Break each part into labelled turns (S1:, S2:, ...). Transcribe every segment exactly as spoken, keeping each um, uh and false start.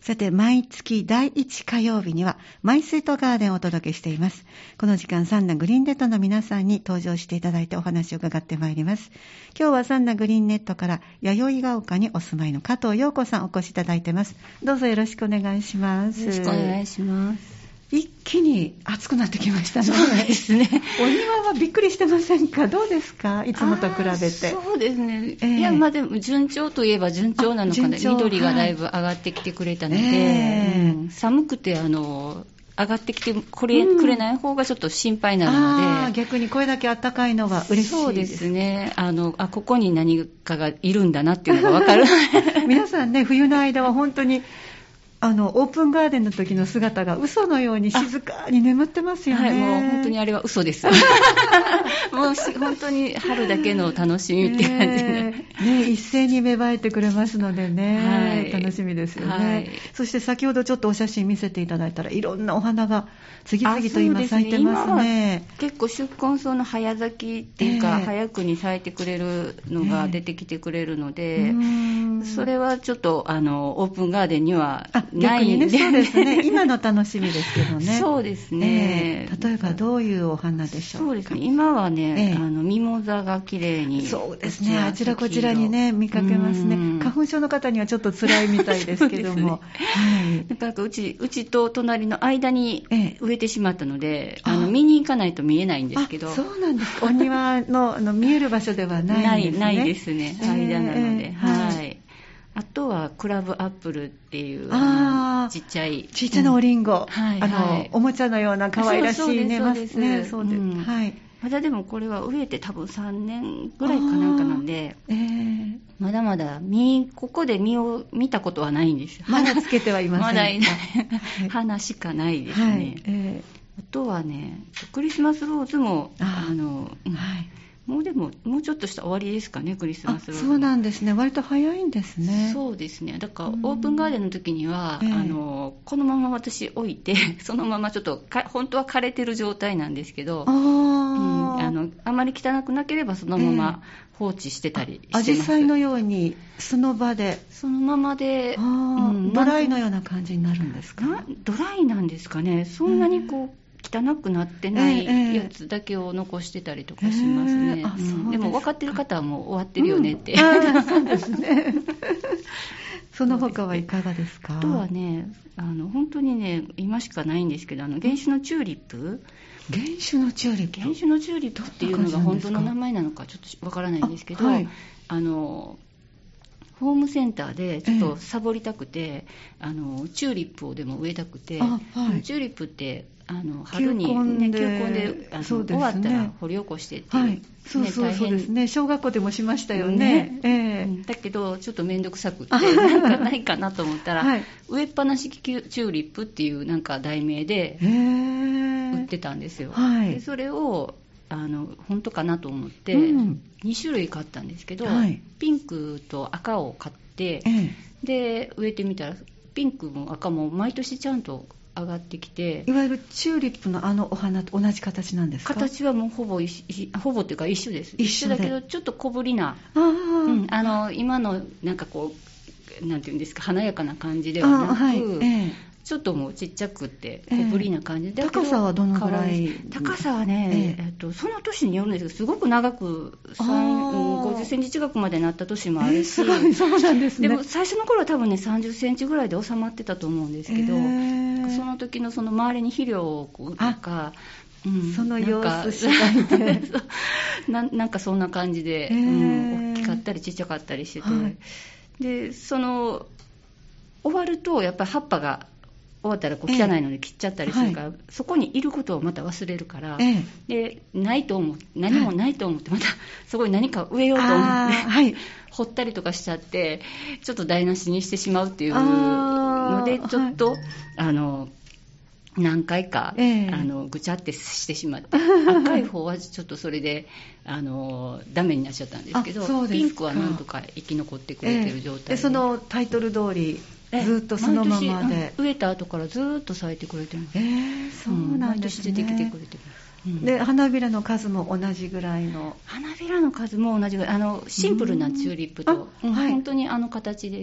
S1: さて、毎月だいいち火曜日にはマイスイートガーデンをお届けしています。この時間、サンナグリーンネットの皆さんに登場していただいてお話を伺ってまいります。今日はサンナグリーンネットから弥生ヶ丘にお住まいの加藤陽子さんお越しいただいてます。どうぞよろしくお願いします。
S2: よろしくお願いします。
S1: 一気に暑くなってきましたね。
S2: そうですね。
S1: お庭はびっくりしてませんか？どうですか？いつもと比べて。
S2: そうですね、
S1: えー、
S2: いや、まあでも順調といえば順調なのかな。緑がだいぶ上がってきてくれたので、はい、えーうん、寒くてあの上がってきてくれ、うん、くれない方がちょっと心配なので、
S1: あ、逆にこれだけ暖かいのが嬉しいです。
S2: そうですね。あのあここに何かがいるんだなっていうのが分かる。
S1: 皆さんね、冬の間は本当にあのオープンガーデンの時の姿が嘘のように静かに眠ってますよね。
S2: はい、もう本当にあれは嘘です。もう本当に春だけの楽しみって感じで、ね
S1: ね、一斉に芽生えてくれますのでね、はい、楽しみですよね、はい、そして先ほどちょっとお写真見せていただいたらいろんなお花が次々と今咲いてますね。
S2: 結構宿根草の早咲きっていうか、えー、早くに咲いてくれるのが出てきてくれるので、えー、それはちょっとあのオープンガーデンにはないんで、
S1: 逆にね、そうですね。今の楽しみですけどね。
S2: そうですね、
S1: えー、例えばどういうお花でしょうか？
S2: そうですね、今はね、えー、あのミモザが綺麗に、
S1: そうですね、あちらこちらにね見かけますね。花粉症の方にはちょっと辛いみたいですけども、ね、はい、
S2: なんかうちうちと隣の間に植えてしまったので、えー、あの見に行かないと見えないんですけど。
S1: そうなんですか。お庭 の, あの見える場所ではないんですね。
S2: ないないですね、間なので、
S1: えー、はい、
S2: はい。あとはクラブアップルっていう
S1: あ
S2: ちっちゃい
S1: ちっちゃなおりんご、
S2: うん、はい、
S1: あの、
S2: はい、
S1: おもちゃのような可愛らしいね、
S2: そうです
S1: ね、そうです、うん、はい。
S2: まだでもこれは植えて多分さんねんぐらいかなんかなんで、えー、まだまだ実ここで実を見たことはないんですよ。
S1: まだつけてはいませんか？
S2: まだいない、はい、花しかないですね、はい、えー、あとはねクリスマスローズもあの、うん、はい、もうでももうちょっとした終わりですかね、クリスマスローズ。
S1: そうなんですね、割と早いんですね。
S2: そうですね、だからオープンガーデンの時には、えー、あのこのまま私置いてそのままちょっとか本当は枯れてる状態なんですけど、あ、うん、あのあまり汚くなければそのまま放置してたりしてます。
S1: アジサイのようにその場で
S2: そのままで、
S1: うん、ドライのような感じになるんですか？
S2: なドライなんですかね。そんなにこう、えー、汚くなってないやつだけを残してたりとかしますね、えーあ、そうですか。うん、でも分かってる方はもう終わってるよねって、うん、
S1: あ、そうですね。その他はいかがですか？
S2: あとはね、あの本当にね今しかないんですけど、あの原種のチューリップ、
S1: 原種のチューリップ
S2: 原種のチューリップっていうのが本当の名前なのかちょっとわからないんですけど、あ、はい、あのホームセンターでちょっとサボりたくて、えー、あのチューリップをでも植えたくて、はい、チューリップってあの春に、ね、球根で、あの、そうですね、終わったら掘り起こしてっていう、はい、
S1: そうそうそうですね、小学校でもしましたよね、えー
S2: うん、だけどちょっと面倒くさくってなんかないかなと思ったら、はい、植えっぱなしチューリップっていうなんか題名で売ってたんですよ、はい、でそれをあの本当かなと思ってに種類買ったんですけど、はい、ピンクと赤を買って、えー、で植えてみたらピンクも赤も毎年ちゃんと上がってきて、
S1: いわゆるチューリップのあのお花と同じ形なんですか？
S2: 形はもうほぼ一緒、ほぼというか一緒です。一緒だけどちょっと小ぶりな、あ、うん、あの今のなんかこうなんていうんですか、華やかな感じではなく、はい、えーちょっともうちっちゃくって小ぶりな感じで、
S1: えー、高さはどのぐらい？
S2: 高さはね、えーえー、とその年によるんですけど、すごく長くごじゅっセンチ近くまでなった年もあるし、えー、
S1: そうなんですね。
S2: でも最初の頃は多分ねさんじゅっセンチぐらいで収まってたと思うんですけど、えー、その時のその周りに肥料をとか、
S1: うん、その様子次第で
S2: な, なんかそんな感じで、えーうん、大きかったりちっちゃかったりしてて、はい、でその終わるとやっぱり葉っぱが終わったらこう汚いので切っちゃったりするから、えーはい、そこにいることをまた忘れるから、えー、でないと思う何もないと思ってまたそこに何か植えようと思って、はい、掘ったりとかしちゃってちょっと台無しにしてしまうっていうのでちょっと、はい、あの何回か、えー、あのぐちゃってしてしまって赤い方はちょっとそれであのダメになっちゃったんですけど、ピンクはなんとか生き残ってくれてる状態 で,、えー、で
S1: そのタイトル通りずっとそのままで
S2: 植えた後からずっと咲いてくれてるんです。
S1: えー、そうなんですね。
S2: 毎年出てきてくれてます。うん、
S1: で花びらの数も同じぐらいの
S2: 花びらの数も同じぐらい、あのシンプルなチューリップと、うん、はい、本当にあの形で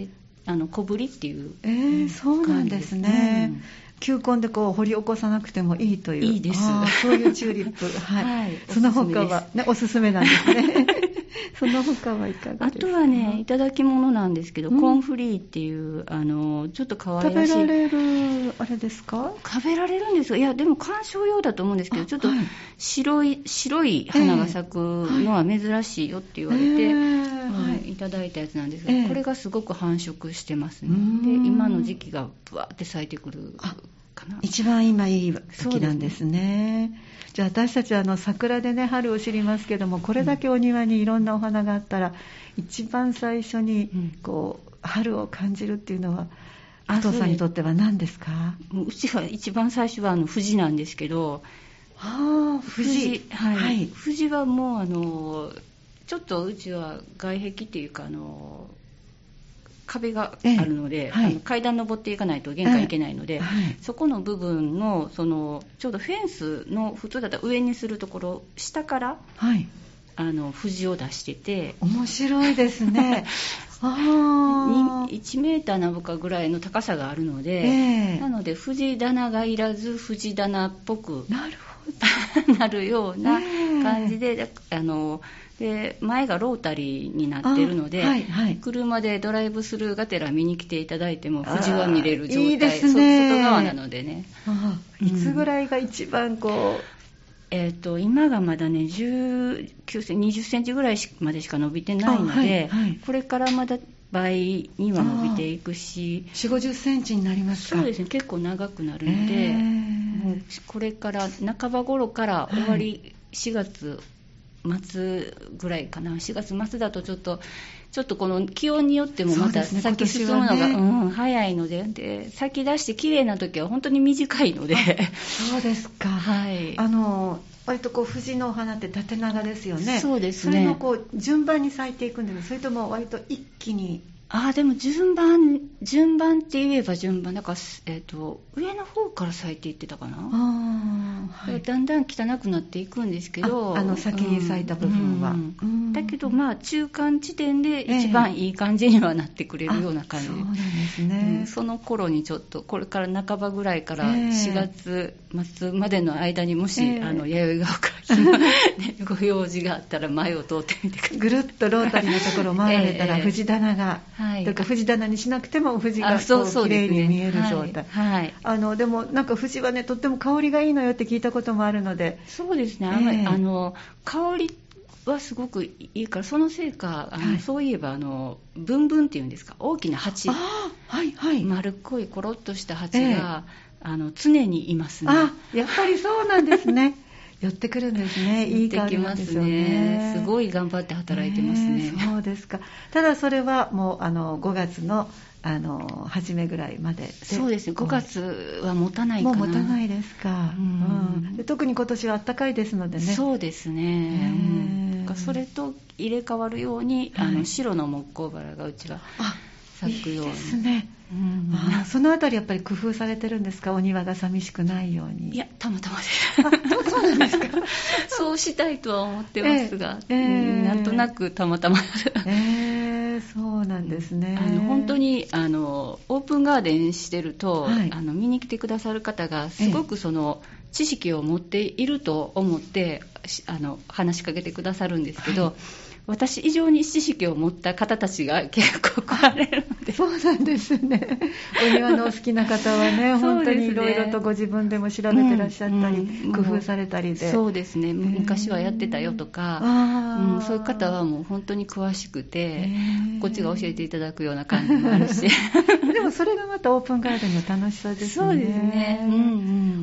S2: あの小ぶりっていう、
S1: えー、そうなんですね、うん、球根でこう掘り起こさなくてもいいという。
S2: いいです。
S1: そういうチューリップ、はいはい、その他は、ね、おすすめなんですねその他はいかがですか？
S2: あとはね、いただき物なんですけど、うん、コーンフリーっていうあのちょっと可愛らしい。
S1: 食べられるあれですか？
S2: 食べられるんですよ。いやでも観賞用だと思うんですけど、ちょっと白い、はい、白い花が咲くのは珍しいよって言われて、えーはい、いただいたやつなんですが、えー、これがすごく繁殖してますね。で今の時期がブワーって咲いてくるかな。
S1: 一番今いい時なんですね。じゃあ私たちはあの桜でね春を知りますけども、これだけお庭にいろんなお花があったら、うん、一番最初にこう、うん、春を感じるっていうのは加藤さんにとっては何ですか？
S2: うちは一番最初はあの藤なんですけど、
S1: はあ、藤、
S2: はいはい、藤はもうあのちょっとうちは外壁っていうかあの壁があるので、ええはい、あの階段登っていかないと玄関行けないので、えはい、そこの部分 の, そのちょうどフェンスの普通だったら上にするところ下から、はい、あの藤を出してて
S1: 面白いですねあ
S2: いちメーターなぶかぐらいの高さがあるので、えー、なので藤棚がいらず藤棚っぽく
S1: なるほど
S2: なるような感じで、えー、あので前がロータリーになっているので、はいはい、車でドライブスルーがてら見に来ていただいても藤は見れる状態。
S1: いいですね。
S2: 外側なのでね。
S1: ああいつぐらいが一番こう、うん
S2: えー、と今がまだねじゅうきゅうセンチにじゅっセンチぐらいまでしか伸びてないので、はいはい、これからまだ倍には伸びていくし、
S1: よんじゅうごじゅっセンチになりますか？
S2: そうですね、結構長くなるので、もうこれから半ば頃から終わり、はい、しがつ末ぐらいかな。しがつ末だとちょっとちょっとこの気温によってもまた先進むのが、ねうん、早いの で, で先出して綺麗な時は本当に短いので
S1: そうですか、はい、あの割とこう藤のお花って縦長ですよね。
S2: そうですね。
S1: それのこう順番に咲いていくんですか、それとも割と一気に？
S2: あでも順番順番って言えば順番だから、えー、と上の方から咲いていってたかな。あ、はい、だんだん汚くなっていくんですけど
S1: あ, あの先に咲いた部分は、うん
S2: うん、だけどまあ中間地点で一番いい感じにはなってくれるような感じ、えー、
S1: そうなんですね、
S2: うん、その頃にちょっとこれから半ばぐらいからしがつ末までの間にもし、えー、あの弥生川から、ね、ご用事があったら前を通ってみてください。
S1: ぐるっとロータリーのところを回られたら、えー、藤棚が、はい、とか藤棚にしなくても藤がきれいに見える状態、はいはい、あのでもなんか藤はねとっても香りがいいのよって聞いたこともあるので。
S2: そうですね、えー、あの香りはすごくいいから、そのせいかあの、はい、そういえばあのブンブンっていうんですか、大きな蜂、
S1: あ、はいはい、
S2: 丸っこいコロッとした蜂が、えー、あの常にいますね。
S1: あ、やっぱりそうなんですね寄ってくるんですね。いい香りなんですよね。
S2: すごい頑張って働いてますね。
S1: えー、そうですか。ただそれはもうあのごがつのあの初めぐらいまでで。
S2: そうですね、ごがつは持たないかな。
S1: もう持たないですか、うんうん、で特に今年は暖かいですのでね。
S2: そうですね、うん、それと入れ替わるように、はい、あの白の木工バラがうちは咲くように。
S1: いいですね、うん、あ、そのあたりやっぱり工夫されてるんですか、お庭が寂しくないように。
S2: いや、たまたまで
S1: あ、そうなんですか
S2: そうしたいとは思ってますが、えーえー、なんとなくたまたま
S1: えー、そうなんですね。
S2: あの本当にあのオープンガーデンしてると、はい、あの見に来てくださる方がすごくその、えー、知識を持っていると思ってあの話しかけてくださるんですけど、はい、私以上に知識を持った方たちが結構来られるので。
S1: そうなんですね。お庭のお好きな方はね、本当にいろいろとご自分でも調べてらっしゃったり、うんうん、工夫されたりで。
S2: そうですね、昔はやってたよとか、うん、そういう方はもう本当に詳しくて、こっちが教えていただくような感じもあるし
S1: でもそれがまたオープンガーデンの楽しさですね。
S2: そうですね、うんうん、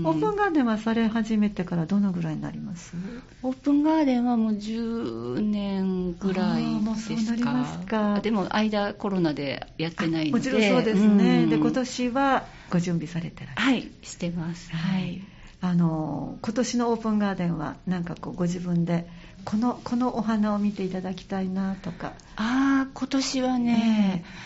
S1: オープンガーデンはされ始めてからどのぐらいになります？
S2: オープンガーデンはもうじゅうねんぐらいですか。
S1: ますか。
S2: でも間コロナでやってないので。
S1: もちろんそうですね、うん、で今年はご準備されてらっしゃる。
S2: はい、してます、はい、
S1: あの今年のオープンガーデンはなんかこうご自分でこの、このお花を見ていただきたいなとか。
S2: ああ、今年はね、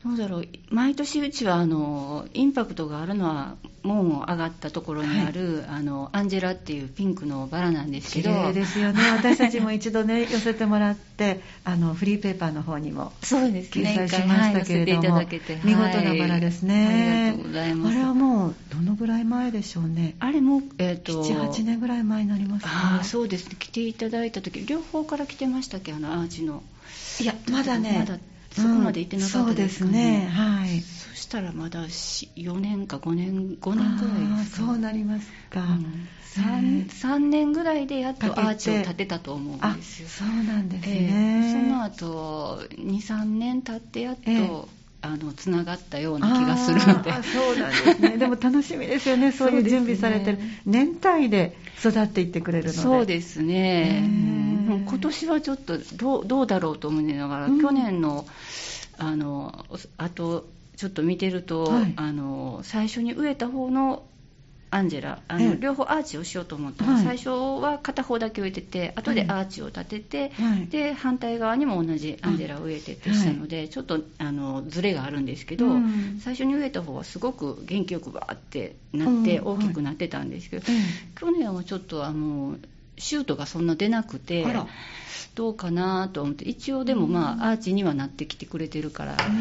S2: どうだろう、毎年うちはあのインパクトがあるのは門を上がったところにある、はい、あのアンジェラっていうピンクのバラなんですけど、
S1: 綺麗ですよね。私たちも一度ね寄せてもらってあのフリーペーパーの方にも掲載しましたけれども、はい、見事なバラですね、
S2: はい、ありがとうございます。
S1: あれはもうどのぐらい前でしょうね。
S2: あれも、えー、と
S1: ななはちねんぐらい前になりますか。
S2: あ、そうですね。来ていただいた時両方から来てましたっけ、あのアーチの。
S1: いやまだね、
S2: まだそこまで行ってなかったですかね、うん、そうですね、
S1: はい。
S2: そしたらまだよねんかごねん、ごねんぐらいですか。
S1: そうなりますか、うん、
S2: 3, 3年ぐらいでやっとアーチを建てたと思うんですよ。
S1: そうなんですね、
S2: えー、その後 にさんねん経ってやっと、えーあのつながったような気がするので。
S1: あ、そうなんですね。でも楽しみですよね。そういう準備されてる、ね、年単位で育っていってくれるので。
S2: そうですね、うん、今年はちょっとど う, どうだろうと思いながら、うん、去年のあのあとちょっと見てると、はい、あの最初に植えた方のアンジェラ、あの両方アーチをしようと思ったら、はい、最初は片方だけ植えてて、後でアーチを立てて、はい、で反対側にも同じアンジェラを植えてってしたので、はい、ちょっとあのズレがあるんですけど、うん、最初に植えた方はすごく元気よくバーってなって大きくなってたんですけど、うんはい、去年はちょっとあのシュートがそんな出なくて、あらどうかなと思って、一応でもまあアーチにはなってきてくれてるから、うん、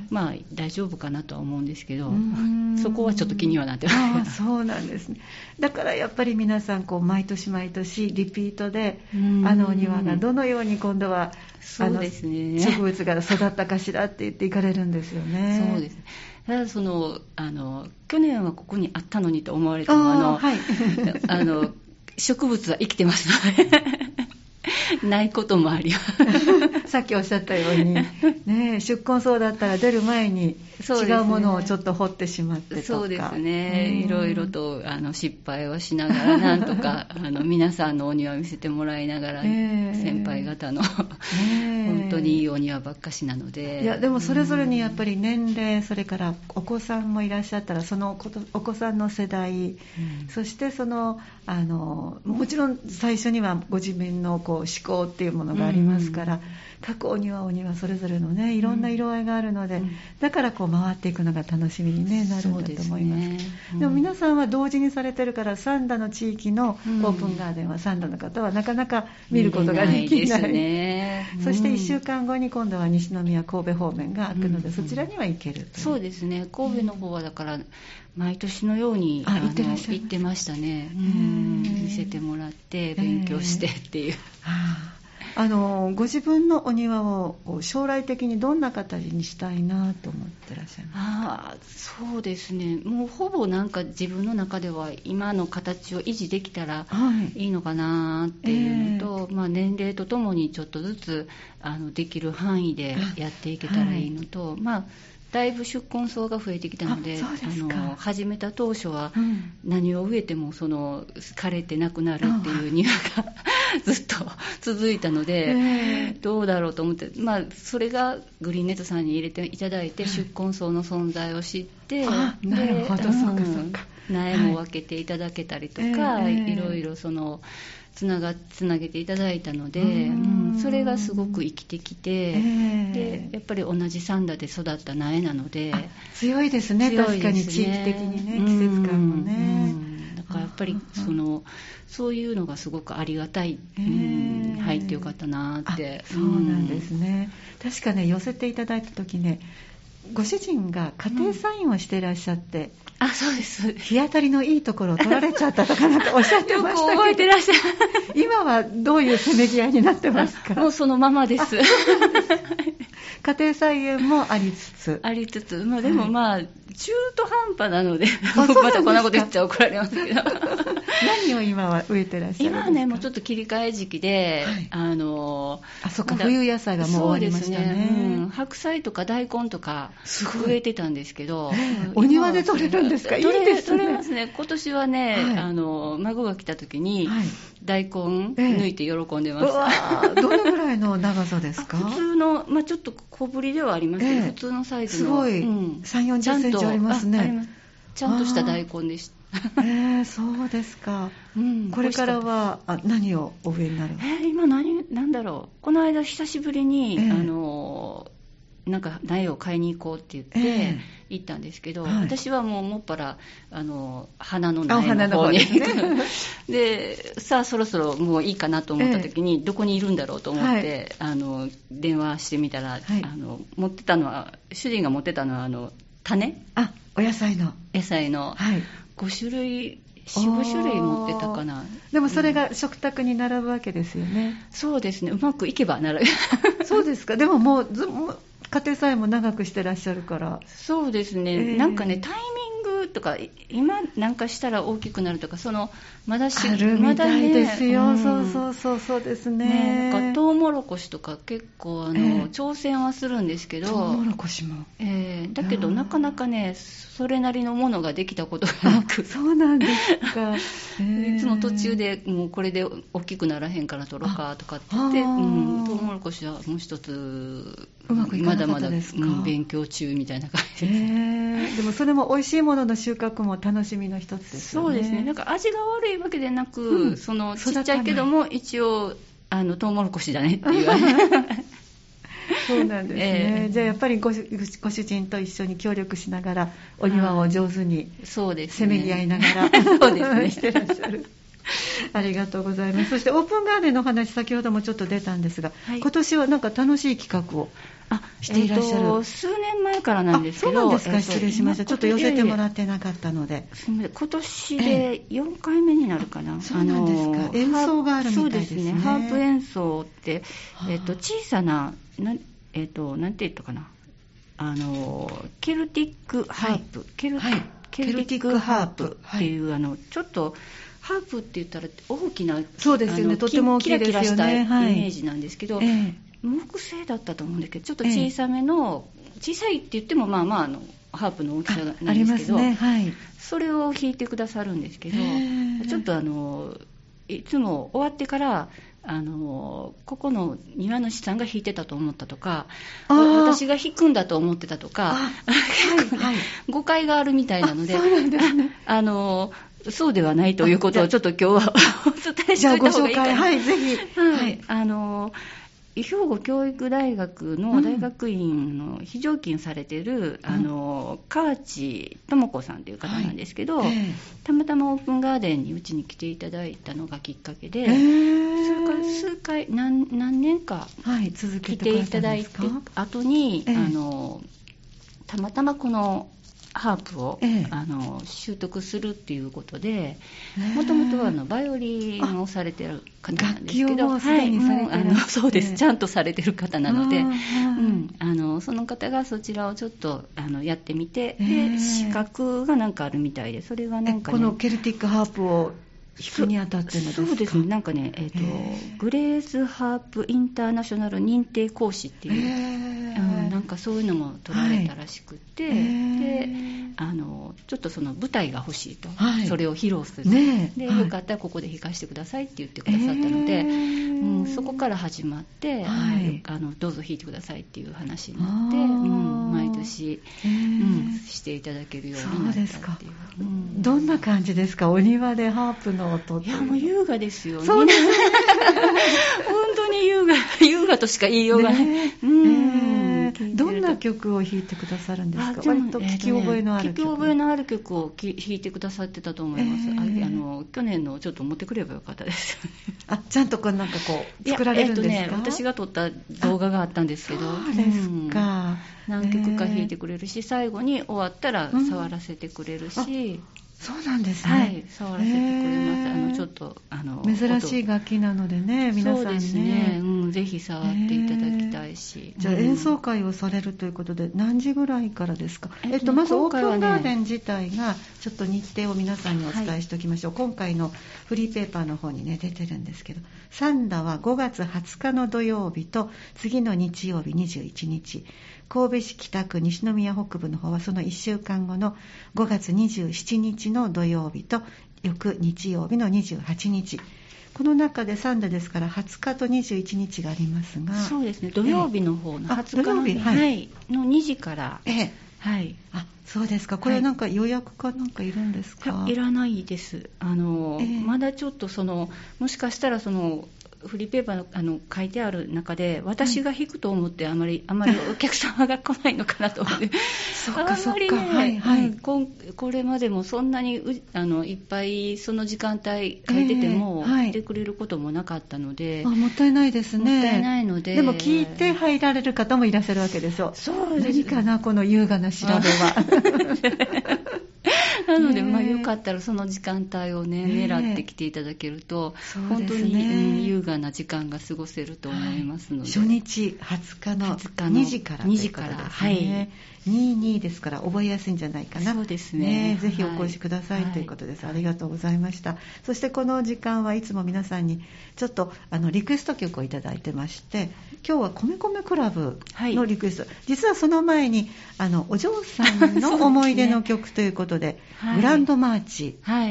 S2: まあ大丈夫かなとは思うんですけど、そこはちょっと気にはなってます。
S1: そうなんですね。だからやっぱり皆さんこう毎年毎年リピートで、あのお庭がどのように今度は
S2: そうですね、
S1: 植物が育ったかしらって言っていかれるんですよね。
S2: そうですね。ただそのあの去年はここにあったのにと思われても、あの、はい、あの植物は生きてますのでないこともあります
S1: さっきおっしゃったように、ね、出根草だったら出る前に違うものをちょっと掘ってしまってとか。
S2: そうですね、いろいろとあの失敗をしながらなんとかあの皆さんのお庭を見せてもらいながら、えー、先輩方の、えー、本当にいいお庭ばっかしなので。
S1: いやでもそれぞれにやっぱり年齢、それからお子さんもいらっしゃったらそのお子さんの世代、うん、そしてそのあのもちろん最初にはご自分のこう思考っていうものがありますから、うん、各お庭お庭それぞれのねいろんな色合いがあるので、うん、だからこう回っていくのが楽しみに、ね、なるんだと思います。 そうですね、うん、でも皆さんは同時にされてるから、三田の地域のオープンガーデンは三田の方はなかなか見ることができない、ないですね、うん、そしていっしゅうかんごに今度は西宮神戸方面が開くので、うん、そちらには行けると。
S2: そうですね、神戸の方はだから毎年のように、うん、ああ行ってらっしゃいます。行ってましたね、うん、見せてもらって勉強してっていう、
S1: あのご自分のお庭を将来的にどんな形にしたいなと思ってらっしゃいますか？
S2: あ、そうですね、もうほぼなんか自分の中では今の形を維持できたらいいのかなっていうのと、はいえーまあ、年齢とともにちょっとずつあのできる範囲でやっていけたらいいのと、はい、まあだいぶ出根草が増えてきたの で, ああの始めた当初は何を植えてもその枯れてなくなるっていう庭がずっと続いたので、どうだろうと思って、まあ、それがグリーンネットさんに入れていただいて出根草の存在を知って、
S1: あ、なるほど、そうかそうか、
S2: 苗も分けていただけたりとか、はい、いろいろそのつながつなげていただいたので、うん、それがすごく生きてきて、えー、でやっぱり同じ三田で育った苗なので
S1: 強いですね。確かに地域的にね、季節感もね、
S2: うん、だからやっぱりそのそういうのがすごくありがたい、えーうん、入ってよかったなって。
S1: そうなんですね、うん、確かね寄せていただいた時ね、ご主人が家庭菜園をしていらっしゃって、
S2: うん、あ、そうです。
S1: 日当たりのいいところを取られちゃったとかなんかおっしゃってましたけど
S2: よく覚えてらっしゃる
S1: 今はどういうせめぎ合いになってますか？
S2: もうそのままです。
S1: 家庭菜園もありつつ
S2: ありつつ、まあ、でもまあ、はい、中途半端なのでまたこんなこと言っちゃ怒られますけど
S1: 何を今は植えてらっしゃるんですか？今
S2: はね、もうちょっと切り替え時期で、はい、あの
S1: あ、そっか、冬野菜がもう終わりましたね。そうですね、
S2: うん、白菜とか大根とか植えてたんですけど、
S1: お庭で取れるんですか？いいですね。
S2: 取れますね。今年はね、はい、あの孫が来た時に、はい、大根抜いて喜んでました、
S1: ええ、どのぐらいの長さですか？
S2: 普通の、まあ、ちょっと小ぶりではありますけど、ええ、普通のサイズの
S1: すごい、うん、さんじゅうよんじゅっセンチありますね。
S2: あ, あります。ちゃんとした大根でした。
S1: えー、そうですか、うん、これからはあ何をお植えになる？
S2: えー、今何なんだろう、この間久しぶりに、えー、あのなんか苗を買いに行こうって言って、
S1: えー
S2: 行ったんですけど、
S1: はい、
S2: 私はもうもっぱらあの花の苗の方に行くで、さあそろそろもういいかなと思った時に、えー、どこにいるんだろうと思って、はい、あの電話してみたら、はい、あの持ってたのは主人が持ってたのはあの種、
S1: あ、お野菜の
S2: 野菜の、はい、ご種類よん、ご種類持ってたかな。
S1: でもそれが食卓に並ぶわけですよね、
S2: うん、そうですね、うまくいけば並ぶ
S1: そうですか。でももうずも家庭菜も長くしてらっしゃるから。
S2: そうですね、えー、なんかねタイミングとか今なんかしたら大きくなるとか、そのまだし
S1: あるみたいですよ、
S2: まだね、
S1: そうそうそうそうですね。
S2: ね、なんかトウモロコシとか結構あの、えー、挑戦はするんですけど、
S1: トウモロコシも、
S2: えー、だけどなかなかねそれなりのものができたことがなく、
S1: そうなんですか、
S2: えー、いつも途中でもうこれで大きくならへんから取ろうかとかって言って、うん、トウモロコシはもう一つ
S1: うまくいかなかったですか。
S2: まだまだ、うん、勉強中みたいな感じです、え
S1: ー、でもそれも美味しいものの収穫も楽しみの一つですよね。
S2: そうですね、なんか味が悪いわけでなく、うん、そのちっちゃいけども一応あのトウモロコシだねっていう
S1: そうなんですね、えー、じゃあやっぱり ご, ご主人と一緒に協力しながらお庭を上手にせめぎ合いながら、
S2: そうですね
S1: してらっしゃるありがとうございます。そしてオープンガーデンの話先ほどもちょっと出たんですが、はい、今年はなんか楽しい企画をしていらっしゃる、えー、
S2: 数年前からなんですけど。
S1: そうなんですか、失礼しました。ちょっと寄せてもらってなかったので。
S2: 今年でよんかいめになるかな、えー、
S1: そうなんですか。演奏があるみたいですね。
S2: そうですね、ハープ演奏って、えー、と小さなな、えー、となんて言ったかな、あのケルティックハープ、はい、ケル、はい、ケルティックハープっていう、はい、あのちょっとハープって言ったら大きな、
S1: そうですよね、とても大きいですよね、
S2: キラキラしたイメージなんですけど、
S1: はい、えー
S2: 木製だったと思うんだけど、ちょっと小さめの、えー、小さいって言ってもまあまああのハープの大きさなんですけど、ありますね、はい、それを弾いてくださるんですけど、えー、ちょっとあのいつも終わってからあのここの庭主さんが弾いてたと思ったとか、私が弾くんだと思ってたとか、結構ね、はいはい、誤解があるみたいなので、
S1: そうなんですね、
S2: あのそうではないということをちょっと今日はお伝えしておいた方がいいかな。じゃあご紹介、
S1: はい、ぜひ、
S2: はい、あの兵庫教育大学の大学院の非常勤されている、うん、あの河内智子さんという方なんですけど、はいえー、たまたまオープンガーデンにうちに来ていただいたのがきっかけで、えー、それから数回 何, 何年か来ていただいて後に、えー、あのたまたまこのハープを、ええ、あの習得するっていうことで、もともとはあのバイオリンをされてる方なんですけど、
S1: 楽器をもうすでにされてる、
S2: はい、もうあのそうです、ちゃんとされてる方なので、うん、あのその方がそちらをちょっとあのやってみて、で資格がなんかあるみたいで、それはなんか、ね、
S1: このケルティックハープを弾くにあたってのですか。
S2: そうですね、なんかね、えーと、グレースハープインターナショナル認定講師っていう、うん、なんかそういうのも取られたらしくて、はい、であのちょっとその舞台が欲しいと、はい、それを披露する、ね、で、はい、よかったらここで弾かせてくださいって言ってくださったので、うん、そこから始まって、はい、あのどうぞ弾いてくださいっていう話になって、うん、毎年、うん、していただけるようになったっていう。そうですか、うん、
S1: どんな感じですか、お庭でハープの音って。
S2: いや、もう優雅ですよね。
S1: そうですね
S2: 本当に優雅、優雅としか言いようがない、ね、うん、
S1: えー、どんな曲を弾いてくださるんですか。割と聞き覚えのある曲、
S2: えーね、聞き覚えのある曲を弾いてくださってたと思います、えー、ああの去年のちょっと持ってくればよかったです
S1: あ、ちゃんとこうなんかこう作られるんですか。
S2: えーとね、私が撮った動画があったんですけど、
S1: そうですか、
S2: うん、何曲か弾いてくれるし、最後に終わったら触らせてくれるし、うん、
S1: そうなんですね。
S2: はい、触らせてくれます。あのちょっとあの
S1: 珍しい楽器なのでね、皆さんね。そうですね、
S2: うん、ぜひ触っていただきたいし。
S1: じゃあ演奏会をされるということで、何時ぐらいからですか。えっとまずオープンガーデン自体がちょっと日程を皆さんにお伝えしておきましょう。はい、今回のフリーペーパーの方にね出てるんですけど、三田はごがつはつかの土曜日と次の日曜日にじゅういちにち。神戸市北区西宮北部の方はそのいっしゅうかんごのごがつにじゅうしちにちの土曜日と翌日曜日のにじゅうはちにち、この中でさんだですからはつかとにじゅういちにちがありますが、
S2: そうですね、土曜日の方のはつかの、
S1: 土曜日、
S2: はいはい、のにじから、
S1: ええ、はい、あ、そうですか。これはなんか予約かなんかいるんですか。
S2: はい、いらないです。あの、えー、まだちょっとそのもしかしたらそのフリーペーパー の, あの書いてある中で私が弾くと思ってあまり、あまりお客様が来ないのかなと思って
S1: そうかそうか、
S2: あんまりね、
S1: はいはい、
S2: うん、こ, これまでもそんなにあのいっぱいその時間帯書いてても、えーはい、来てくれることもなかったので、
S1: あ、もったいないですね。
S2: もったいないので、
S1: でも聞いて入られる方もいらっしゃるわけでしょ。
S2: そうです。
S1: 何かなこの優雅な調べは
S2: なので、まあ、よかったらその時間帯をね、狙ってきていただけると、ね、本当に、うん、優雅な時間が過ごせると思いますので、
S1: はい、初日はつかのにじからということですね。はい、にじゅうにですから覚えやすいんじゃないかな。
S2: そうです ね,
S1: ね、ぜひお越しください、はい、ということです、はい、ありがとうございました。そしてこの時間はいつも皆さんにちょっとあのリクエスト曲をいただいてまして、今日は米米クラブのリクエスト、はい、実はその前にあのお嬢さんの思い出の曲ということで
S2: はい、
S1: グランドマーチ、
S2: はい、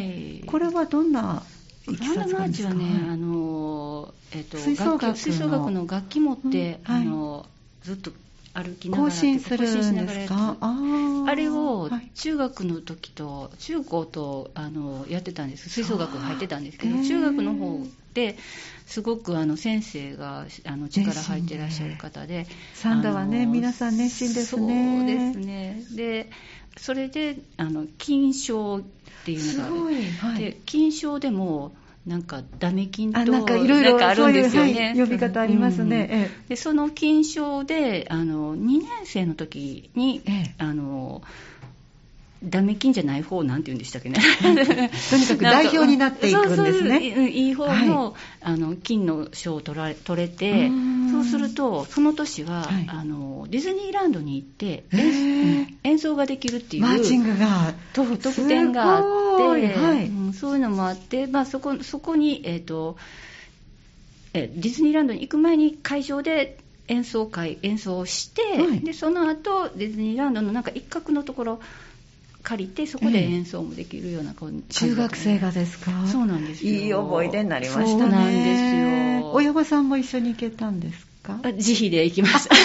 S1: これはどんな
S2: グランドマーチはね、あの、えっと、吹奏楽の吹奏楽の楽器持って、うん、はい、あのずっと歩きながら
S1: 更新するんですか。
S2: あ, あれを中学の時と中高とあのやってたんです。吹奏楽入ってたんですけど、中学の方ですごくあの先生があの力入ってらっしゃる方で、
S1: サンダはね皆さん熱心ですね。
S2: そうですね。でそれであの金賞っていうのがある。
S1: すごい、はい、
S2: で金賞でもなんかダメ金と
S1: あなんかいろいろ
S2: あるんですよね、
S1: はい、呼び方ありますね、
S2: うんうん、でその金賞であのにねん生の時に、
S1: ええ、
S2: あのダメ金じゃない方なんて言うんでしたっけね
S1: とにかく代表になっていくんですね。
S2: そうそういい方の、はい、あの金の賞を取られ、取れて、そうするとその年は、はい、あのディズニーランドに行って演, 演奏ができるっていう
S1: マーチングが
S2: 特典があって、
S1: はい、
S2: うん、そういうのもあって、まあ、そこ、そこに、えーと、えディズニーランドに行く前に会場で演奏会演奏をして、はい、でその後ディズニーランドのなんか一角のところ借りてそこで演奏もできるような感じ、
S1: えー、中学生がですか。
S2: そうなんですよ。
S1: いい思い出になりましたね。
S2: そうなんですよ。
S1: 親御さんも一緒に行けたんですか。
S2: あ自費で行きました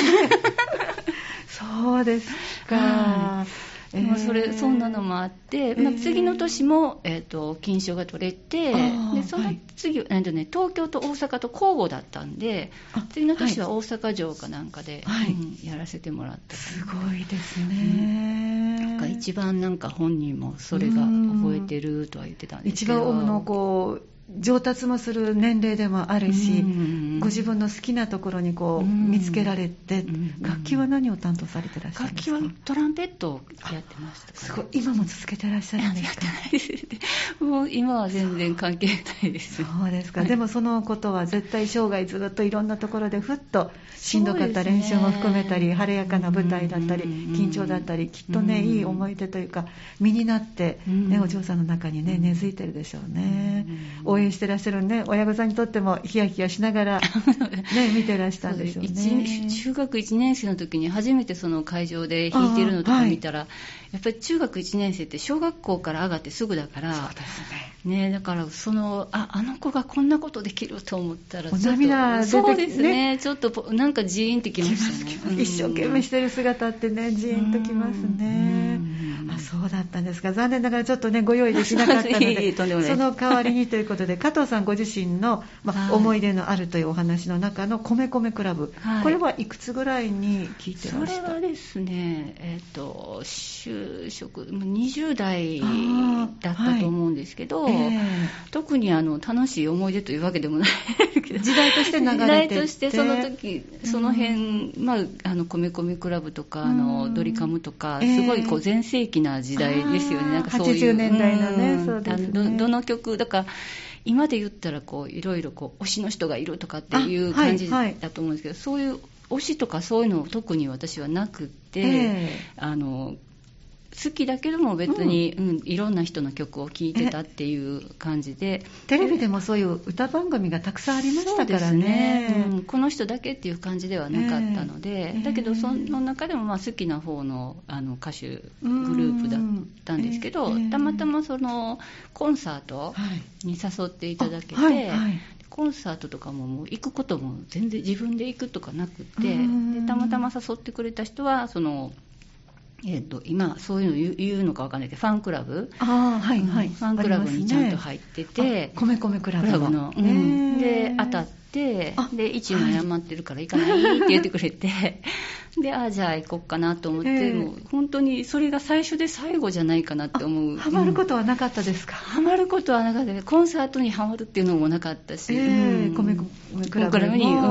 S1: そうですか、
S2: はい、えー、それそんなのもあって、まあ、次の年も、えーと、金賞が取れて、でその次、はい、えーとね、東京と大阪と交互だったんで、次の年は大阪城かなんかで、はい、うん、やらせてもらった。
S1: すごいですね、
S2: うん、なんか一番なんか本人もそれが覚えてるとは言ってたんですけど、
S1: 一番のこう上達もする年齢でもあるし、ご自分の好きなところにこう見つけられて、楽器は何を担当されてらっしゃるんですか。
S2: 楽器はトランペットをやってました、ね、
S1: すごい。今も続けてらっしゃるんですか。
S2: やってないですもう今は全然関係ないです。
S1: そうですか、はい、でもそのことは絶対生涯ずっといろんなところでふっとしんどかった練習も含めたり、晴れやかな舞台だったり緊張だったり、きっとねいい思い出というか身になって、ね、お嬢さんの中にね根付いてるでしょうね。応援してらっしゃるね親御さんにとってもヒヤヒヤしながら、ね、見てらしたんでしょうね。
S2: 中学いちねん生の時に初めてその会場で弾いてるのとか見たら、はい、やっぱり中学いちねん生って小学校から上がってすぐだから、
S1: そうです
S2: ね、だからその あ, あの子がこんなことできると思ったら
S1: ちょっと涙出てきて、
S2: そうですね、ちょっとなんかジーンってきましたね。
S1: 一生懸命してる姿ってねジーンときますね。あ、そうだったんですか。残念ながらちょっとねご用意できなかったのでその代わりにということで加藤さんご自身の、まあ、思い出のあるというお話の中の米米クラブ、はい、これはいくつぐらいに聞いてました。
S2: それはですね、えー、と就職にじゅう代だったと思うんですけど、はい、えー、特にあの楽しい思い出というわけでもないけど
S1: 時代として流れてて、
S2: 時代としてその時その辺、まあ、あの米米クラブとかあのドリカムとか、すごいこう全盛期な時代ですよね。なんかそういうはちじゅうねんだいのね、うん、そうですね。 ど, どの曲だから今で言ったらこういろいろこう推しの人がいるとかっていう感じだと思うんですけど、はいはい、そういう推しとかそういうの特に私はなくって、えー、あの好きだけども別に、うんうん、いろんな人の曲を聴いてたっていう感じで、
S1: テレビでもそういう歌番組がたくさんありましたからね。
S2: そうですね、うん、この人だけっていう感じではなかったので、えー、だけどその中でもまあ好きな方 の, あの歌手グループだったんですけど、えー、たまたまそのコンサートに誘っていただけて、はいはい、コンサートとか も, もう行くことも全然自分で行くとかなくて、でたまたま誘ってくれた人はそのえー、と今そういうの 言, 言うのか分かんないけどファンクラブ、
S1: あ、はいはい、
S2: ファンクラブにちゃんと入ってて、
S1: 米米クラブ
S2: の、うん、で当たって、でいちも謝ってるから行かないって言ってくれてであじゃあ行こうかなと思って、えー、もう本当にそれが最初で最後じゃないかなって思う。
S1: ハマることはなかったですか？
S2: ハマることはなかった。コンサートにハマるっていうのもなかったし、
S1: えーうん、米米クラブに、
S2: うん、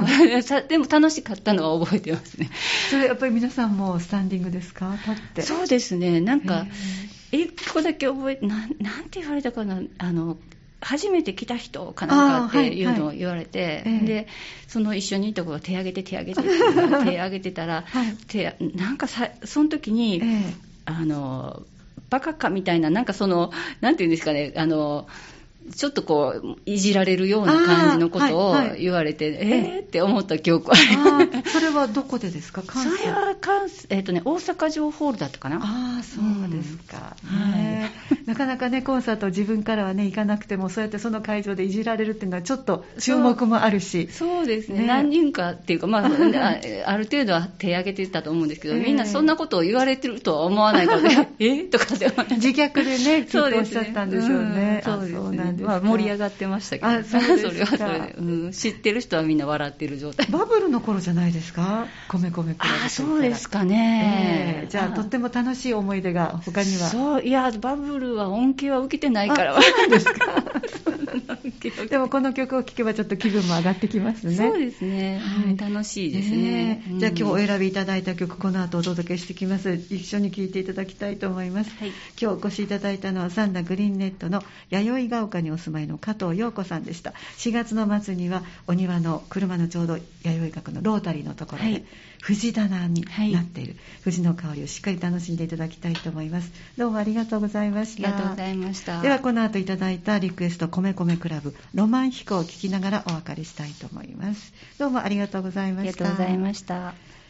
S2: でも楽しかったのは覚えてますね。
S1: それやっぱり皆さんもスタンディングですか？立って。
S2: そうですね。なんか一個だけ覚えて な, なんて言われたかな、あの初めて来た人かなんかっていうのを言われて、はいはい、でその一緒にいた子が手挙げて手挙げて手挙げてたら、はい、手なんかさその時に、えー、あのバカかみたいな、なんかそのなんていうんですかね、あのちょっとこういじられるような感じのことを言われて、はいはい、えーって思った記憶はあります。
S1: それはどこでですか？関西。
S2: それは関西、えーとね、大阪城ホールだったかな。
S1: ああ、そうですか、うんねはい、なかなかねコンサート自分からはね行かなくてもそうやってその会場でいじられるっていうのはちょっと注目もあるし。
S2: そう、そうですね、ね何人かっていうか、まあ、あ, ある程度は手挙げてたと思うんですけど、えー、みんなそんなことを言われてるとは思わないからねえとかで
S1: 自虐でねきっとおっしゃったんでしょうね。
S2: そうですね、そうなんですね、まあ、
S1: 盛
S2: り上がってましたけど、
S1: あそうですか
S2: それはそれで、うん、知ってる人はみんな笑ってる状態。
S1: バブルの頃じゃないですか？米米クラブ。
S2: あそうですかね、
S1: えー、じゃあとっても楽しい思い出が他には。
S2: そういやバブルは恩恵は受けてないから。
S1: そうなんですかでもこの曲を聴けばちょっと気分も上がってきますね。
S2: そうですね、はい、楽しいですね、
S1: えーうん、じゃあ今日お選びいただいた曲この後お届けしてきます。一緒に聴いていただきたいと思います、はい、今日お越しいただいたのはサンダグリーンネットの弥生が丘にお住まいの加藤陽子さんでした。しがつの末にはお庭の車のちょうど弥生閣のロータリーのところで、はい、藤棚になっている、はい、藤の香りをしっかり楽しんでいただきたいと思います。どうもありがとうございました。
S2: ありがとうございました。
S1: ではこの後いただいたリクエスト米米クラブロマン飛行を聞きながらお別れしたいと思います。どうもありがとうございました。
S2: ありがとうございました。